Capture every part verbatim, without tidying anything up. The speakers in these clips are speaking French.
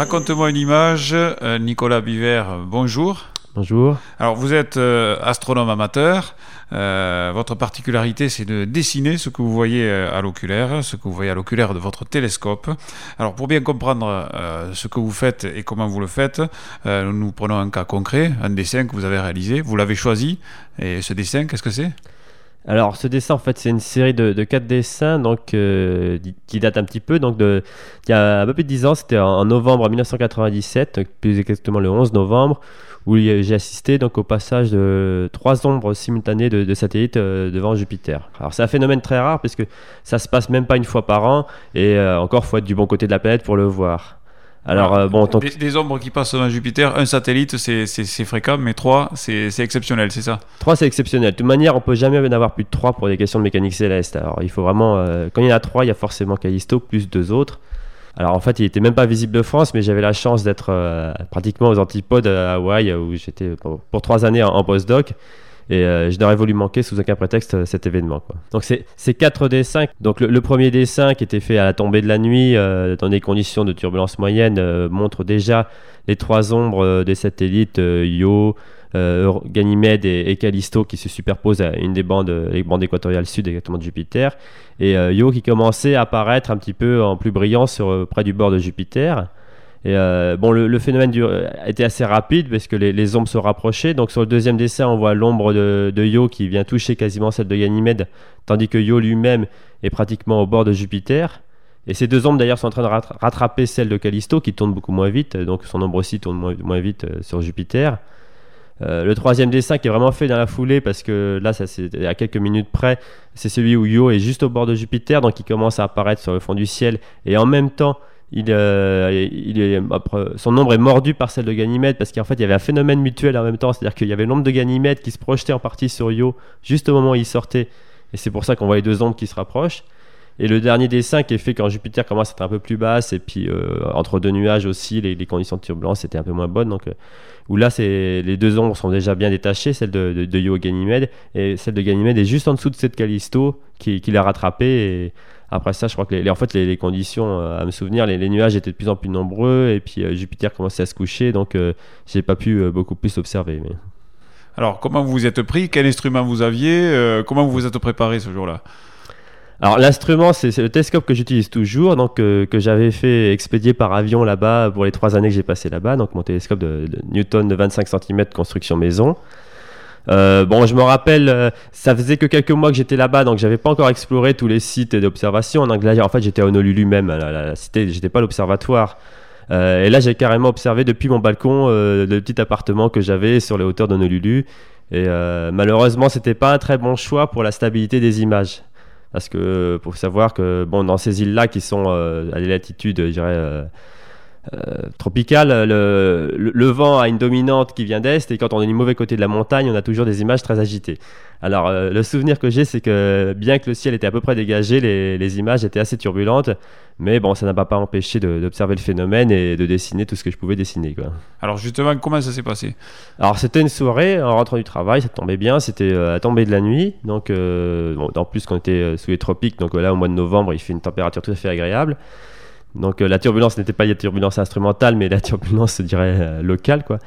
raconte-moi une image. Euh, Nicolas Biver, bonjour. Bonjour. Alors, vous êtes euh, astronome amateur. Euh, votre particularité, c'est de dessiner ce que vous voyez à l'oculaire, ce que vous voyez à l'oculaire de votre télescope. Alors, pour bien comprendre euh, ce que vous faites et comment vous le faites, euh, nous prenons un cas concret, un dessin que vous avez réalisé. Vous l'avez choisi. Et ce dessin, qu'est-ce que c'est ? Alors, ce dessin, en fait, c'est une série de, de quatre dessins donc, euh, qui date un petit peu. Donc, de, il y a un peu plus de dix ans, c'était en, en novembre dix-neuf cent quatre-vingt-dix-sept, donc plus exactement le onze novembre, où j'ai assisté donc, au passage de trois ombres simultanées de, de satellites euh, devant Jupiter. Alors, c'est un phénomène très rare, parce que ça se passe même pas une fois par an, et euh, encore, il faut être du bon côté de la planète pour le voir. Alors, voilà. euh, bon, donc... des, des ombres qui passent devant Jupiter, un satellite, c'est, c'est, c'est fréquent, mais trois, c'est, c'est exceptionnel, c'est ça ? trois, c'est exceptionnel. De toute manière, on peut jamais en avoir plus de trois pour des questions de mécanique céleste. Alors, il faut vraiment... Euh, quand il y en a trois, il y a forcément Callisto, plus deux autres. Alors, en fait, il était même pas visible de France, mais j'avais la chance d'être euh, pratiquement aux antipodes à Hawaï, où j'étais pour, pour trois années en, en postdoc. Et euh, je n'aurais voulu manquer sous aucun prétexte euh, cet événement, quoi. Donc c'est, c'est quatre dessins. Donc le, le premier dessin qui était fait à la tombée de la nuit euh, dans des conditions de turbulence moyenne euh, montre déjà les trois ombres euh, des satellites euh, Io, euh, Ganymède et, et Callisto qui se superposent à une des bandes, les bandes équatoriales sud exactement de Jupiter. Et euh, Io qui commençait à apparaître un petit peu en plus brillant sur, euh, près du bord de Jupiter. Et euh, bon, le, le phénomène du, était assez rapide parce que les, les ombres se rapprochaient. Donc sur le deuxième dessin, on voit l'ombre de, de Io qui vient toucher quasiment celle de Ganymède, tandis que Io lui-même est pratiquement au bord de Jupiter. Et ces deux ombres d'ailleurs sont en train de rattra- rattraper celle de Callisto qui tourne beaucoup moins vite, donc son ombre aussi tourne moins, moins vite euh, sur Jupiter. Euh, le troisième dessin qui est vraiment fait dans la foulée parce que là ça c'est à quelques minutes près, c'est celui où Io est juste au bord de Jupiter, donc il commence à apparaître sur le fond du ciel et en même temps Il, euh, il est, après, son ombre est mordue par celle de Ganymède parce qu'en fait il y avait un phénomène mutuel en même temps, c'est-à-dire qu'il y avait l'ombre de Ganymède qui se projetait en partie sur Io juste au moment où il sortait, et c'est pour ça qu'on voit les deux ombres qui se rapprochent. Et le dernier dessin qui est fait quand Jupiter commence à être un peu plus basse et puis euh, entre deux nuages aussi les, les conditions de turbulence étaient un peu moins bonnes, donc euh, où là c'est, les deux ombres sont déjà bien détachées, celle de, de, de Io et Ganymède, et celle de Ganymède est juste en dessous de cette Callisto qui, qui l'a rattrapée. Et après ça, je crois que les, les, en fait, les, les conditions, euh, à me souvenir, les, les nuages étaient de plus en plus nombreux et puis euh, Jupiter commençait à se coucher, donc euh, j'ai pas pu euh, beaucoup plus observer. Mais... Alors, comment vous vous êtes pris ? Quel instrument vous aviez ? euh, Comment vous vous êtes préparé ce jour-là ? Alors l'instrument, c'est, c'est le télescope que j'utilise toujours, donc euh, que j'avais fait expédier par avion là-bas pour les trois années que j'ai passé là-bas, donc mon télescope de, de Newton de vingt-cinq centimètres construction maison. Euh, bon, je me rappelle, euh, ça faisait que quelques mois que j'étais là-bas, donc j'avais pas encore exploré tous les sites d'observation. Donc là, en fait, j'étais à Honolulu même, à la, la, la cité, j'étais pas à l'observatoire. Euh, et là, j'ai carrément observé depuis mon balcon euh, le petit appartement que j'avais sur les hauteurs d'Honolulu. Et euh, malheureusement, c'était pas un très bon choix pour la stabilité des images, parce que faut savoir que bon, dans ces îles-là qui sont euh, à des latitudes, je dirais. Euh, Euh, tropicale, le, le, le vent a une dominante qui vient d'est, et quand on est du mauvais côté de la montagne, on a toujours des images très agitées. Alors euh, le souvenir que j'ai, c'est que bien que le ciel était à peu près dégagé, les, les images étaient assez turbulentes, mais bon, ça n'a pas empêché de, d'observer le phénomène et de dessiner tout ce que je pouvais dessiner, quoi. Alors justement, comment ça s'est passé ? Alors c'était une soirée, en rentrant du travail, ça tombait bien, c'était euh, à tomber de la nuit, donc euh, bon, en plus qu'on était euh, sous les tropiques, donc euh, là au mois de novembre, il fait une température tout à fait agréable. Donc euh, la turbulence n'était pas la turbulence instrumentale, mais la turbulence, je dirais, euh, locale, quoi.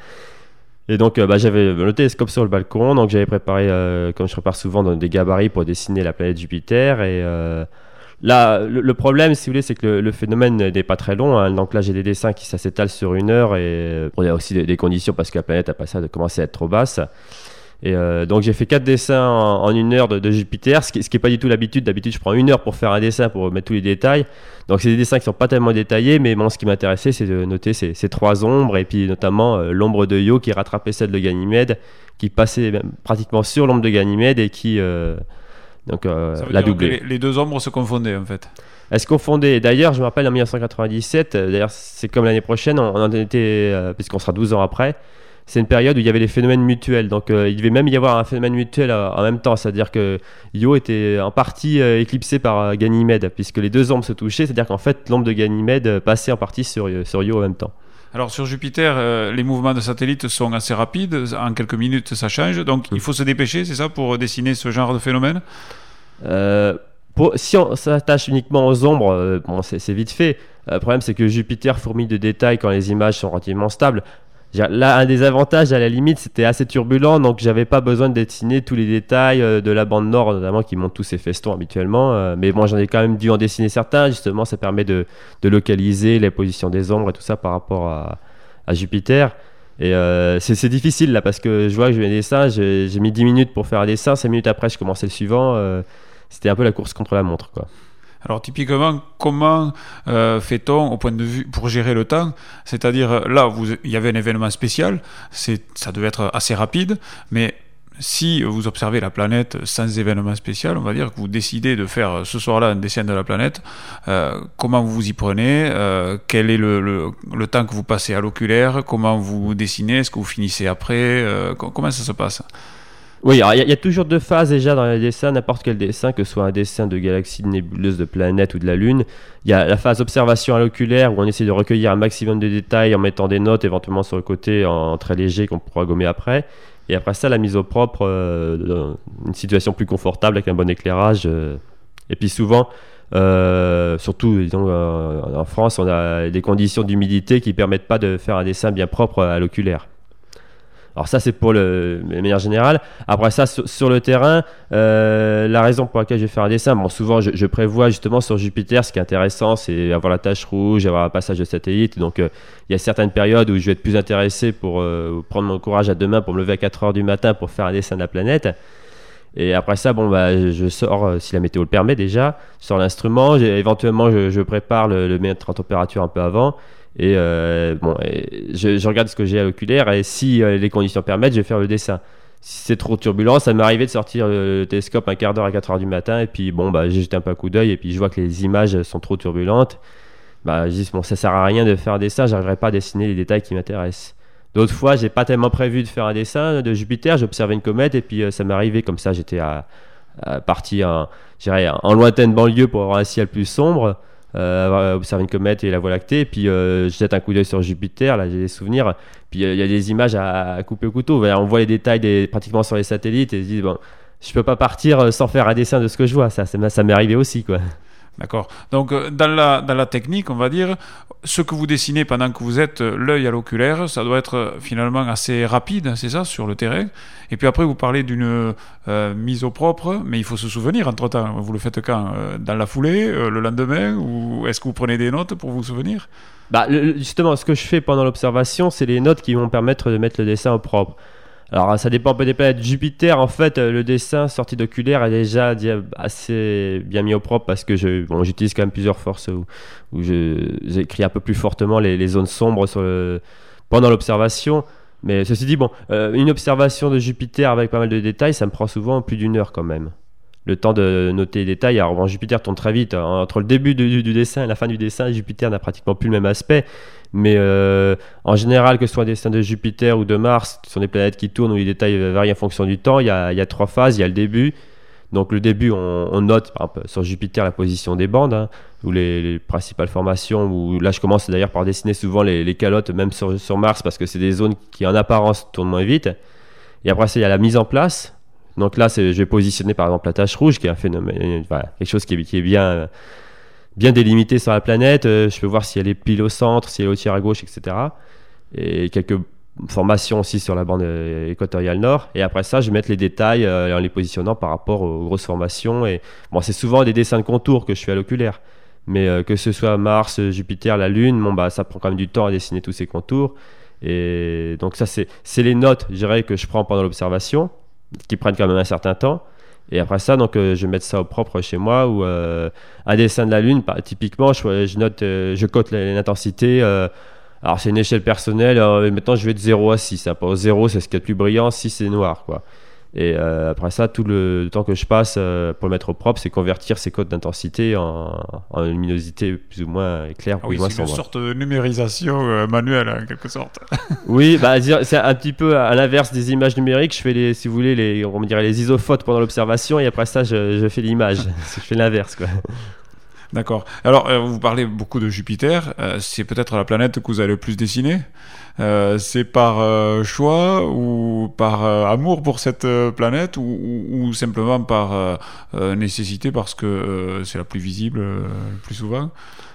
Et donc euh, bah, j'avais le télescope sur le balcon, donc j'avais préparé, euh, comme je prépare souvent, dans des gabarits pour dessiner la planète Jupiter. Et euh, là, le, le problème, si vous voulez, c'est que le, le phénomène n'est pas très long, hein. Donc là, j'ai des dessins qui ça s'étale sur une heure, et bon, il y a aussi des, des conditions parce que la planète a passé à commencer à être trop basse. Et euh, donc j'ai fait quatre dessins en, en une heure de, de Jupiter, ce qui n'est pas du tout l'habitude. D'habitude, je prends une heure pour faire un dessin, pour mettre tous les détails. Donc c'est des dessins qui sont pas tellement détaillés, mais bon, ce qui m'intéressait, c'est de noter ces, ces trois ombres, et puis notamment euh, l'ombre de Io qui rattrapait celle de Ganymède, qui passait même pratiquement sur l'ombre de Ganymède et qui euh, donc euh, l'a doublée. Les, les deux ombres se confondaient en fait. Elles se confondaient. D'ailleurs, je me rappelle en dix-neuf cent quatre-vingt-dix-sept, euh, d'ailleurs c'est comme l'année prochaine, on, on en était, euh, puisqu'on sera douze ans après. C'est une période où il y avait des phénomènes mutuels, donc euh, il devait même y avoir un phénomène mutuel euh, en même temps, c'est-à-dire que Io était en partie euh, éclipsé par euh, Ganymède, puisque les deux ombres se touchaient, c'est-à-dire qu'en fait l'ombre de Ganymède euh, passait en partie sur, euh, sur Io en même temps. Alors sur Jupiter, euh, les mouvements de satellites sont assez rapides, en quelques minutes ça change, donc mmh. il faut se dépêcher, c'est ça, pour dessiner ce genre de phénomène ? euh, Pour, si on s'attache uniquement aux ombres, euh, bon, c'est, c'est vite fait. Euh, le problème, c'est que Jupiter fourmille de détails quand les images sont relativement stables. Là, un des avantages, à la limite, c'était assez turbulent, donc j'avais pas besoin de dessiner tous les détails euh, de la bande nord, notamment qui montent tous ces festons habituellement. Euh, mais bon, j'en ai quand même dû en dessiner certains. Justement, ça permet de, de localiser les positions des ombres et tout ça par rapport à, à Jupiter. Et euh, c'est, c'est difficile là, parce que je vois que je fais un dessin, j'ai, j'ai mis dix minutes pour faire un dessin, cinq minutes après, je commençais le suivant. Euh, c'était un peu la course contre la montre, quoi. Alors typiquement, comment euh, fait-on au point de vue pour gérer le temps ? C'est-à-dire là, vous, il y avait un événement spécial, c'est, ça devait être assez rapide, mais si vous observez la planète sans événement spécial, on va dire que vous décidez de faire ce soir-là un dessin de la planète, euh, comment vous vous y prenez, euh, quel est le, le, le temps que vous passez à l'oculaire, comment vous dessinez, est-ce que vous finissez après, euh, comment ça se passe ? Oui, il y, y a toujours deux phases déjà dans les dessins, n'importe quel dessin, que ce soit un dessin de galaxies, de nébuleuses, de planètes ou de la Lune. Il y a la phase observation à l'oculaire où on essaie de recueillir un maximum de détails en mettant des notes éventuellement sur le côté en, en très léger qu'on pourra gommer après. Et après ça, la mise au propre, euh, une situation plus confortable avec un bon éclairage. Euh, et puis souvent, euh, surtout disons, euh, en France, on a des conditions d'humidité qui ne permettent pas de faire un dessin bien propre à l'oculaire. Alors ça, c'est pour le, de manière générale. Après ça, sur, sur le terrain, euh, la raison pour laquelle je vais faire un dessin, bon, souvent, je, je prévois justement sur Jupiter, ce qui est intéressant, c'est avoir la tache rouge, avoir un passage de satellite. Donc, euh, il y a certaines périodes où je vais être plus intéressé pour euh, prendre mon courage à deux mains pour me lever à quatre heures du matin pour faire un dessin de la planète. Et après ça, bon, bah, je sors, euh, si la météo le permet déjà, je sors l'instrument, j'ai, éventuellement, je, je prépare le, le mettre en température un peu avant. Et, euh, bon, et je, je regarde ce que j'ai à l'oculaire et si euh, les conditions permettent, je vais faire le dessin. Si c'est trop turbulent, ça m'est arrivé de sortir le, le télescope un quart d'heure à quatre heures du matin et puis bon, bah, j'ai jeté un peu un coup d'œil et puis je vois que les images sont trop turbulentes. Bah, je dis, bon, ça sert à rien de faire un dessin, j'arriverai pas à dessiner les détails qui m'intéressent. D'autres fois, j'ai pas tellement prévu de faire un dessin de Jupiter, j'observais une comète et puis euh, ça m'est arrivé comme ça, j'étais à, à parti en, en lointaine banlieue pour avoir un ciel plus sombre. Euh, observer une comète et la Voie lactée, et puis euh, je jette un coup d'œil sur Jupiter, là j'ai des souvenirs, puis il euh, y a des images à, à couper au couteau, on voit les détails des, pratiquement sur les satellites et je dis bon, je peux pas partir sans faire un dessin de ce que je vois, ça, ça, ça m'est arrivé aussi, quoi. D'accord. Donc, dans la, dans la technique, on va dire, ce que vous dessinez pendant que vous êtes l'œil à l'oculaire, ça doit être finalement assez rapide, c'est ça, sur le terrain. Et puis après, vous parlez d'une euh, mise au propre, mais il faut se souvenir entre-temps. Vous le faites quand ? Dans la foulée, euh, le lendemain, ou est-ce que vous prenez des notes pour vous souvenir ? Bah, le, justement, ce que je fais pendant l'observation, c'est les notes qui vont me permettre de mettre le dessin au propre. Alors ça dépend un peu des planètes. Jupiter, en fait, le dessin sorti d'oculaire est déjà assez bien mis au propre parce que je, bon, j'utilise quand même plusieurs forces où, où je, j'écris un peu plus fortement les, les zones sombres sur le, pendant l'observation. Mais ceci dit, bon, euh, une observation de Jupiter avec pas mal de détails, ça me prend souvent plus d'une heure quand même. Le temps de noter les détails. Alors bon, Jupiter tourne très vite. Entre le début du, du dessin et la fin du dessin, Jupiter n'a pratiquement plus le même aspect. Mais euh, en général, que ce soit un dessin de Jupiter ou de Mars, ce sont des planètes qui tournent où les détails varient en fonction du temps. Il y a, il y a trois phases. Il y a le début. Donc le début, on, on note par exemple, sur Jupiter la position des bandes, hein, ou les, les principales formations. Où, là, je commence d'ailleurs par dessiner souvent les, les calottes, même sur, sur Mars, parce que c'est des zones qui en apparence tournent moins vite. Et après ça, il y a la mise en place. Donc là, c'est, je vais positionner par exemple la tache rouge, qui est un phénomène, voilà, quelque chose qui est, qui est bien, bien délimité sur la planète. Euh, je peux voir si elle est pile au centre, si elle est au tiers à gauche, et cetera. Et quelques formations aussi sur la bande équatoriale nord. Et après ça, je vais mettre les détails euh, en les positionnant par rapport aux grosses formations. Et bon, c'est souvent des dessins de contours que je fais à l'oculaire. Mais euh, que ce soit Mars, Jupiter, la Lune, bon, bah, ça prend quand même du temps à dessiner tous ces contours. Et donc ça, c'est, c'est les notes, je dirais, que je prends pendant l'observation, qui prennent quand même un certain temps. Et après ça, donc, euh, je vais mettre ça au propre chez moi, ou euh, un dessin de la Lune, bah, typiquement, je, je note, euh, je cote l'intensité. Euh, alors, c'est une échelle personnelle. Euh, maintenant, je vais de zéro à six. Hein. zéro, c'est ce qui est le plus brillant, six, c'est noir, quoi. Et euh, après ça, tout le, le temps que je passe euh, pour le mettre au propre, c'est convertir ces codes d'intensité en, en luminosité plus ou moins claire, ah plus oui, ou moins c'est une sombre. sorte de numérisation euh, manuelle, en quelque sorte. Oui, bah, c'est un petit peu à l'inverse des images numériques. Je fais, les, si vous voulez, les, on dirait les isophotes pendant l'observation, et après ça, je, je fais l'image. Je fais l'inverse, quoi. D'accord. Alors, euh, vous parlez beaucoup de Jupiter. Euh, c'est peut-être la planète que vous avez le plus dessinée. Euh, c'est par euh, choix ou par euh, amour pour cette euh, planète ou, ou, ou simplement par euh, euh, nécessité parce que euh, c'est la plus visible euh, le plus souvent?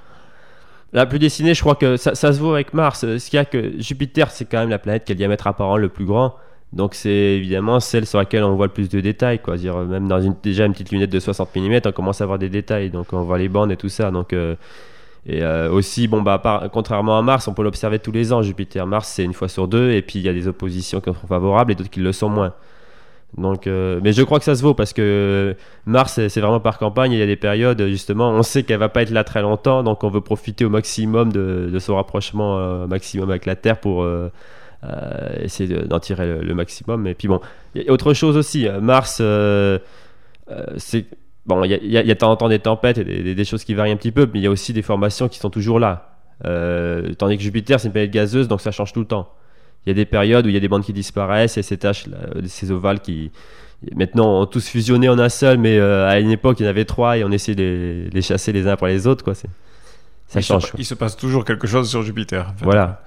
La plus dessinée, je crois que ça, ça se vaut avec Mars. Ce qu'il y a que Jupiter, c'est quand même la planète qui a le diamètre apparent le plus grand. Donc c'est évidemment celle sur laquelle on voit le plus de détails, quoi. Dire, même dans une, déjà une petite lunette de soixante millimètres, on commence à voir des détails. Donc on voit les bandes et tout ça. Donc, euh, et euh, aussi, bon, bah, par, contrairement à Mars, on peut l'observer tous les ans. Jupiter, Mars, c'est une fois sur deux. Et puis il y a des oppositions qui sont favorables et d'autres qui le sont moins. Donc, euh, mais je crois que ça se vaut parce que Mars, c'est, c'est vraiment par campagne. Il y a des périodes, justement, on sait qu'elle va pas être là très longtemps. Donc on veut profiter au maximum de, de son rapprochement euh, maximum avec la Terre pour... Euh, Euh, essayer de, d'en tirer le, le maximum. Et puis bon, il y a autre chose aussi. Mars, euh, euh, c'est bon, il y a, y, a, y a de temps en temps des tempêtes et des, des, des choses qui varient un petit peu, mais il y a aussi des formations qui sont toujours là. Euh, tandis que Jupiter, c'est une planète gazeuse, donc ça change tout le temps. Il y a des périodes où il y a des bandes qui disparaissent et ces taches, là, ces ovales qui maintenant ont tous fusionné en un seul, mais euh, à une époque il y en avait trois et on essayait de les, les chasser les uns après les autres, quoi. C'est, ça il change. Se, il se passe toujours quelque chose sur Jupiter. En fait. Voilà.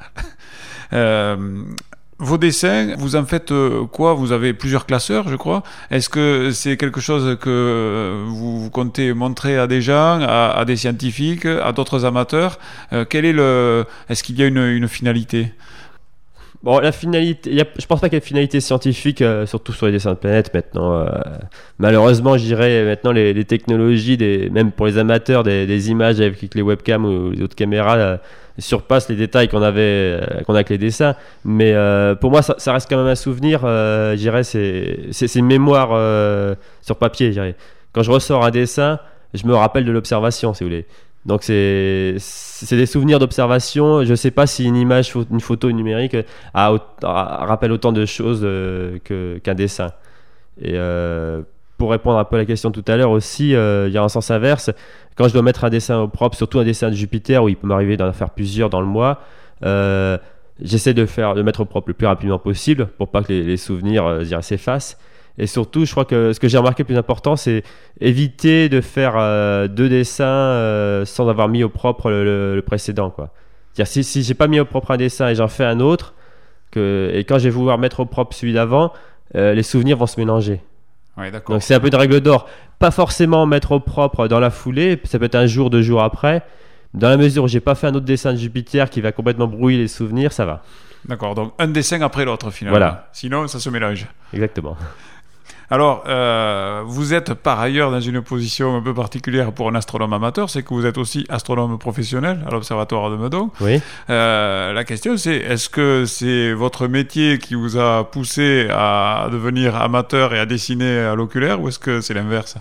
Euh, vos dessins, vous en faites euh, quoi? Vous avez plusieurs classeurs, je crois. Est-ce que c'est quelque chose que euh, vous, vous comptez montrer à des gens, à, à des scientifiques, à d'autres amateurs? euh, quel est le... Est-ce qu'il y a une, une finalité? Bon, la finalité, y a, je pense pas qu'il y ait de finalité scientifique, euh, surtout sur les dessins de planètes maintenant. Euh, malheureusement, je dirais maintenant les, les technologies, des, même pour les amateurs, des, des images avec les webcams ou les autres caméras euh, surpassent les détails qu'on avait, euh, qu'on a avec les dessins. Mais euh, pour moi, ça, ça reste quand même un souvenir. Euh, je dirais, c'est, c'est, c'est une mémoire euh, sur papier. Je dirais. Quand je ressors un dessin, je me rappelle de l'observation, si vous voulez. Donc c'est, c'est des souvenirs d'observation. Je ne sais pas si une image, une photo numérique a, a, rappelle autant de choses euh, que, qu'un dessin. Et euh, pour répondre un peu à la question tout à l'heure aussi, euh, il y a un sens inverse. Quand je dois mettre un dessin au propre, surtout un dessin de Jupiter où il peut m'arriver d'en faire plusieurs dans le mois, euh, j'essaie de, faire, de mettre au propre le plus rapidement possible pour pas que les, les souvenirs euh, je dirais, s'effacent. Et surtout, je crois que ce que j'ai remarqué le plus important, c'est éviter de faire euh, deux dessins euh, sans avoir mis au propre le, le, le précédent, quoi. C'est-à-dire, si, si j'ai pas mis au propre un dessin et j'en fais un autre, que, et quand je vais vouloir mettre au propre celui d'avant, euh, les souvenirs vont se mélanger. Ouais, d'accord. Donc c'est un peu une règle d'or. Pas forcément mettre au propre dans la foulée, ça peut être un jour, deux jours après. Dans la mesure où j'ai pas fait un autre dessin de Jupiter qui va complètement brouiller les souvenirs, ça va. D'accord, donc un dessin après l'autre finalement. Voilà. Sinon, ça se mélange. Exactement. Alors, euh, vous êtes par ailleurs dans une position un peu particulière pour un astronome amateur, c'est que vous êtes aussi astronome professionnel à l'Observatoire de Meudon. Oui. Euh, la question c'est, est-ce que c'est votre métier qui vous a poussé à devenir amateur et à dessiner à l'oculaire, ou est-ce que c'est l'inverse?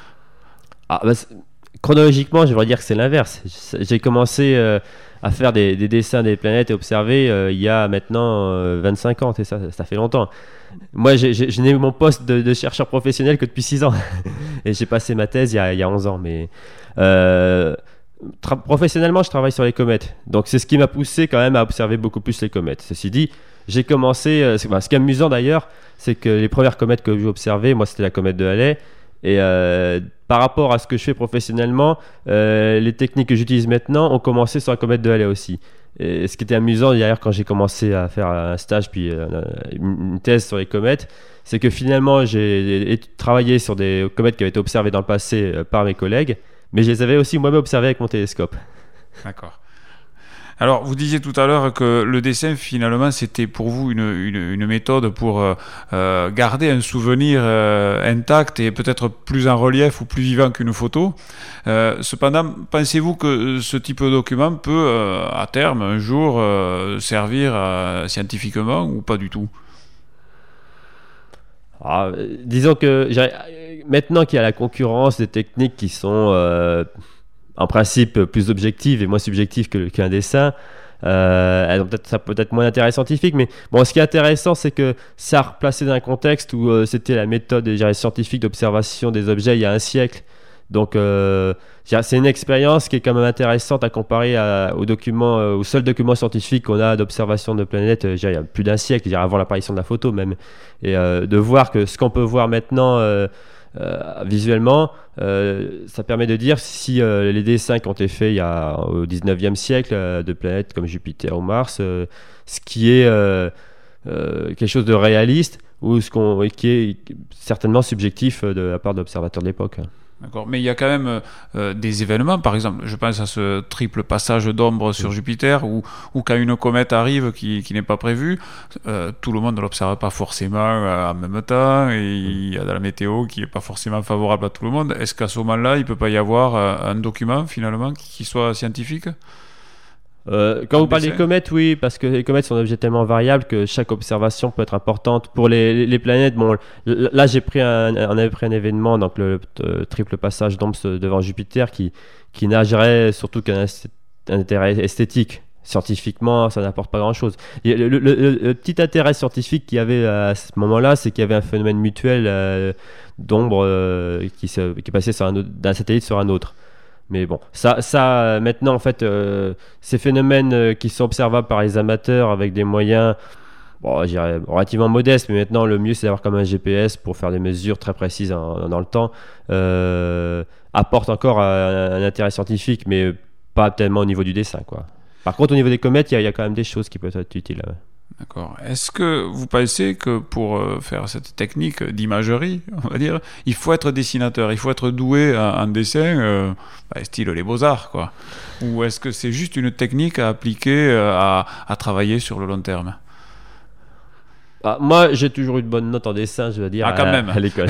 Ah, bah, chronologiquement, je devrais dire que c'est l'inverse. J'ai commencé euh, à faire des, des dessins des planètes et observer euh, il y a maintenant euh, vingt-cinq ans, ça, ça fait longtemps. Moi, j'ai, j'ai, je n'ai eu mon poste de, de chercheur professionnel que depuis six ans. Et j'ai passé ma thèse il y a, il y a onze ans. Mais euh, tra- professionnellement, je travaille sur les comètes. Donc, c'est ce qui m'a poussé quand même à observer beaucoup plus les comètes. Ceci dit, j'ai commencé... Euh, c'est, bah, ce qui est amusant d'ailleurs, c'est que les premières comètes que j'ai observées, moi, c'était la comète de Halley. Et euh, par rapport à ce que je fais professionnellement, euh, les techniques que j'utilise maintenant ont commencé sur la comète de Halley aussi. Et ce qui était amusant d'ailleurs quand j'ai commencé à faire un stage puis euh, une thèse sur les comètes, c'est que finalement j'ai travaillé sur des comètes qui avaient été observées dans le passé euh, par mes collègues, mais je les avais aussi moi-même observées avec mon télescope. D'accord. Alors, vous disiez tout à l'heure que le dessin, finalement, c'était pour vous une, une, une méthode pour euh, garder un souvenir euh, intact et peut-être plus en relief ou plus vivant qu'une photo. Euh, cependant, pensez-vous que ce type de document peut, euh, à terme, un jour, euh, servir euh, scientifiquement ou pas du tout? Alors, disons que maintenant qu'il y a la concurrence des techniques qui sont... Euh, en principe plus objective et moins subjective que, qu'un dessin, euh, elles ont peut-être, ça peut être moins d'intérêt scientifique, mais bon, ce qui est intéressant, c'est que ça a replacé dans un contexte où euh, c'était la méthode déjà scientifique d'observation des objets il y a un siècle. Donc euh, c'est une expérience qui est quand même intéressante à comparer à, aux documents, euh, aux seuls documents scientifiques qu'on a d'observation de planètes euh, il y a plus d'un siècle, avant l'apparition de la photo même, et euh, de voir que ce qu'on peut voir maintenant euh, euh, visuellement, euh, ça permet de dire si euh, les dessins qui ont été faits il y a, au dix-neuvième siècle euh, de planètes comme Jupiter ou Mars, euh, ce qui est euh, euh, quelque chose de réaliste ou ce qu'on, qui est certainement subjectif de la part d'observateurs de l'époque. D'accord. Mais il y a quand même euh, des événements, par exemple, je pense à ce triple passage d'ombre sur Jupiter, où, où quand une comète arrive qui, qui n'est pas prévue, euh, tout le monde ne l'observe pas forcément euh, en même temps, et il y a de la météo qui n'est pas forcément favorable à tout le monde. Est-ce qu'à ce moment-là, il ne peut pas y avoir euh, un document, finalement, qui soit scientifique ? Euh, quand vous parlez des comètes, oui, parce que les comètes sont des objets tellement variables que chaque observation peut être importante. Pour les, les planètes, bon, là j'ai pris un, on avait pris un événement, donc le, le triple passage d'ombre devant Jupiter, qui, qui nagerait surtout qu'un un intérêt esthétique. Scientifiquement, ça n'apporte pas grand-chose. Et le, le, le, le petit intérêt scientifique qu'il y avait à ce moment-là, c'est qu'il y avait un phénomène mutuel euh, d'ombre euh, qui, se, qui passait sur un autre, d'un satellite sur un autre. Mais bon, ça, ça maintenant, en fait, euh, ces phénomènes euh, qui sont observables par les amateurs avec des moyens, bon, je dirais, relativement modestes, mais maintenant, le mieux, c'est d'avoir comme un G P S pour faire des mesures très précises en, dans le temps, euh, apporte encore un, un intérêt scientifique, mais pas tellement au niveau du dessin, quoi. Par contre, au niveau des comètes, il y, y a quand même des choses qui peuvent être utiles. D'accord. Est-ce que vous pensez que pour faire cette technique d'imagerie, on va dire, il faut être dessinateur, il faut être doué en, en dessin, euh, bah, style les beaux-arts, quoi? Ou est-ce que c'est juste une technique à appliquer, à, à travailler sur le long terme? Ah, moi, j'ai toujours eu de bonnes notes en dessin, je veux dire, ah, quand à, même. à l'école.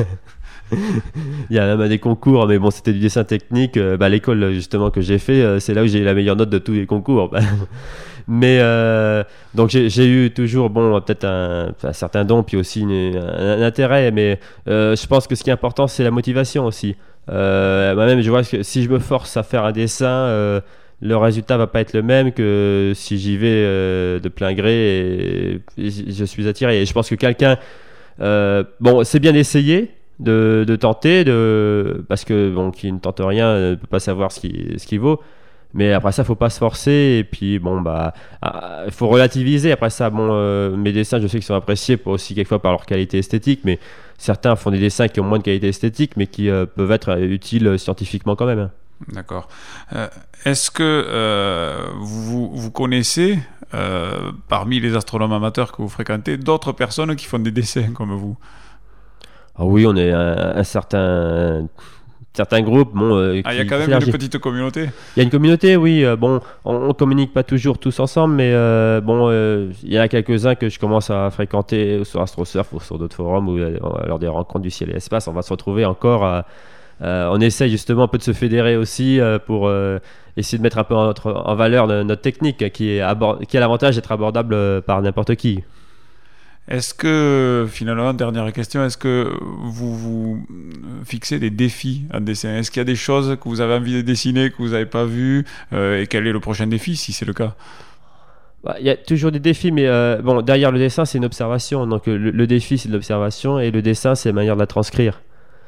Il y a même des concours, mais bon, c'était du dessin technique. Euh, bah, l'école justement que j'ai fait, euh, c'est là où j'ai eu la meilleure note de tous les concours. Mais euh, donc j'ai, j'ai eu toujours bon peut-être un, un certain don, puis aussi une, un, un intérêt. Mais euh, je pense que ce qui est important, c'est la motivation aussi. Euh, moi-même, je vois que si je me force à faire un dessin, euh, le résultat va pas être le même que si j'y vais euh, de plein gré et, et je suis attiré. Et je pense que quelqu'un, euh, bon, c'est bien d'essayer. De, de tenter, de, parce que bon, qui ne tente rien ne peut pas savoir ce qu'il ce qui vaut. Mais après ça, faut pas se forcer. Et puis bon, bah, il faut relativiser. Après ça, bon, euh, mes dessins, je sais qu'ils sont appréciés pour aussi quelquefois par leur qualité esthétique. Mais certains font des dessins qui ont moins de qualité esthétique, mais qui euh, peuvent être utiles scientifiquement quand même. D'accord. Euh, est-ce que euh, vous, vous connaissez, euh, parmi les astronomes amateurs que vous fréquentez, d'autres personnes qui font des dessins comme vous? Ah oui, on est un, un certain, un certain groupe. Bon, euh, ah, il y a quand même une petite communauté. Il y a une communauté, oui. Euh, bon, on, on communique pas toujours tous ensemble, mais euh, bon, euh, il y en a quelques-uns que je commence à fréquenter sur AstroSurf ou sur d'autres forums ou euh, lors des rencontres du ciel et l'espace. On va se retrouver encore. À, euh, on essaye justement un peu de se fédérer aussi euh, pour euh, essayer de mettre un peu en, en valeur notre technique, qui est abord- qui a l'avantage d'être abordable par n'importe qui. Est-ce que, finalement, dernière question, est-ce que vous vous fixez des défis en dessin? Est-ce qu'il y a des choses que vous avez envie de dessiner, que vous n'avez pas vues, euh, et quel est le prochain défi, si c'est le cas? Il bah, y a toujours des défis, mais euh, bon, derrière le dessin, c'est une observation. Donc le, le défi, c'est de l'observation, et le dessin, c'est la manière de la transcrire.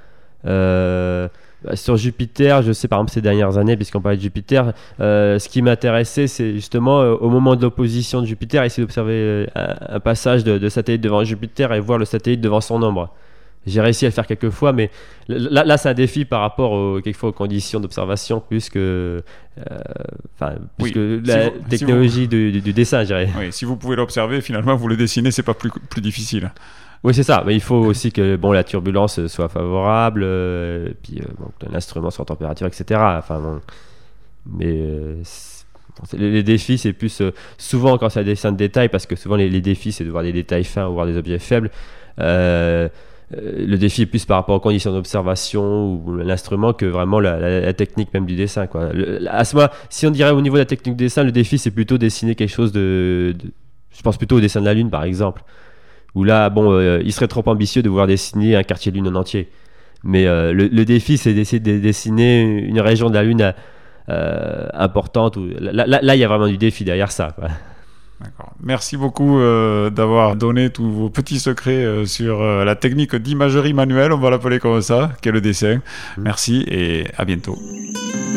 Euh... Sur Jupiter, je sais par exemple ces dernières années, puisqu'on parlait de Jupiter, euh, ce qui m'intéressait, c'est justement euh, au moment de l'opposition de Jupiter, essayer d'observer euh, un, un passage de, de satellite devant Jupiter et voir le satellite devant son ombre. J'ai réussi à le faire quelques fois, mais là, là c'est un défi par rapport aux, quelquefois aux conditions d'observation plus que, euh, plus oui, que si la vous, technologie si vous, du, du, du dessin, je dirais. Oui, si vous pouvez l'observer, finalement, vous le dessinez, c'est pas plus, plus difficile. Oui, c'est ça. Mais il faut aussi que bon, la turbulence soit favorable, euh, puis euh, bon, que l'instrument soit en température, et cetera. Enfin, bon. Mais euh, les, les défis, c'est plus euh, souvent quand c'est un dessin de détail, parce que souvent les, les défis, c'est de voir des détails fins ou voir des objets faibles. Euh, euh, le défi est plus par rapport aux conditions d'observation ou l'instrument que vraiment la, la, la technique même du dessin, quoi. Le, à ce moment, si on dirait au niveau de la technique du dessin, le défi, c'est plutôt dessiner quelque chose de, de... Je pense plutôt au dessin de la Lune, par exemple. Où là, bon, euh, il serait trop ambitieux de vouloir dessiner un quartier de lune en entier. Mais euh, le, le défi, c'est d'essayer de dessiner une région de la Lune euh, importante. Où, là, là, là, il y a vraiment du défi derrière ça, quoi. D'accord. Merci beaucoup euh, d'avoir donné tous vos petits secrets euh, sur euh, la technique d'imagerie manuelle, on va l'appeler comme ça, qu'est le dessin. Mmh. Merci et à bientôt.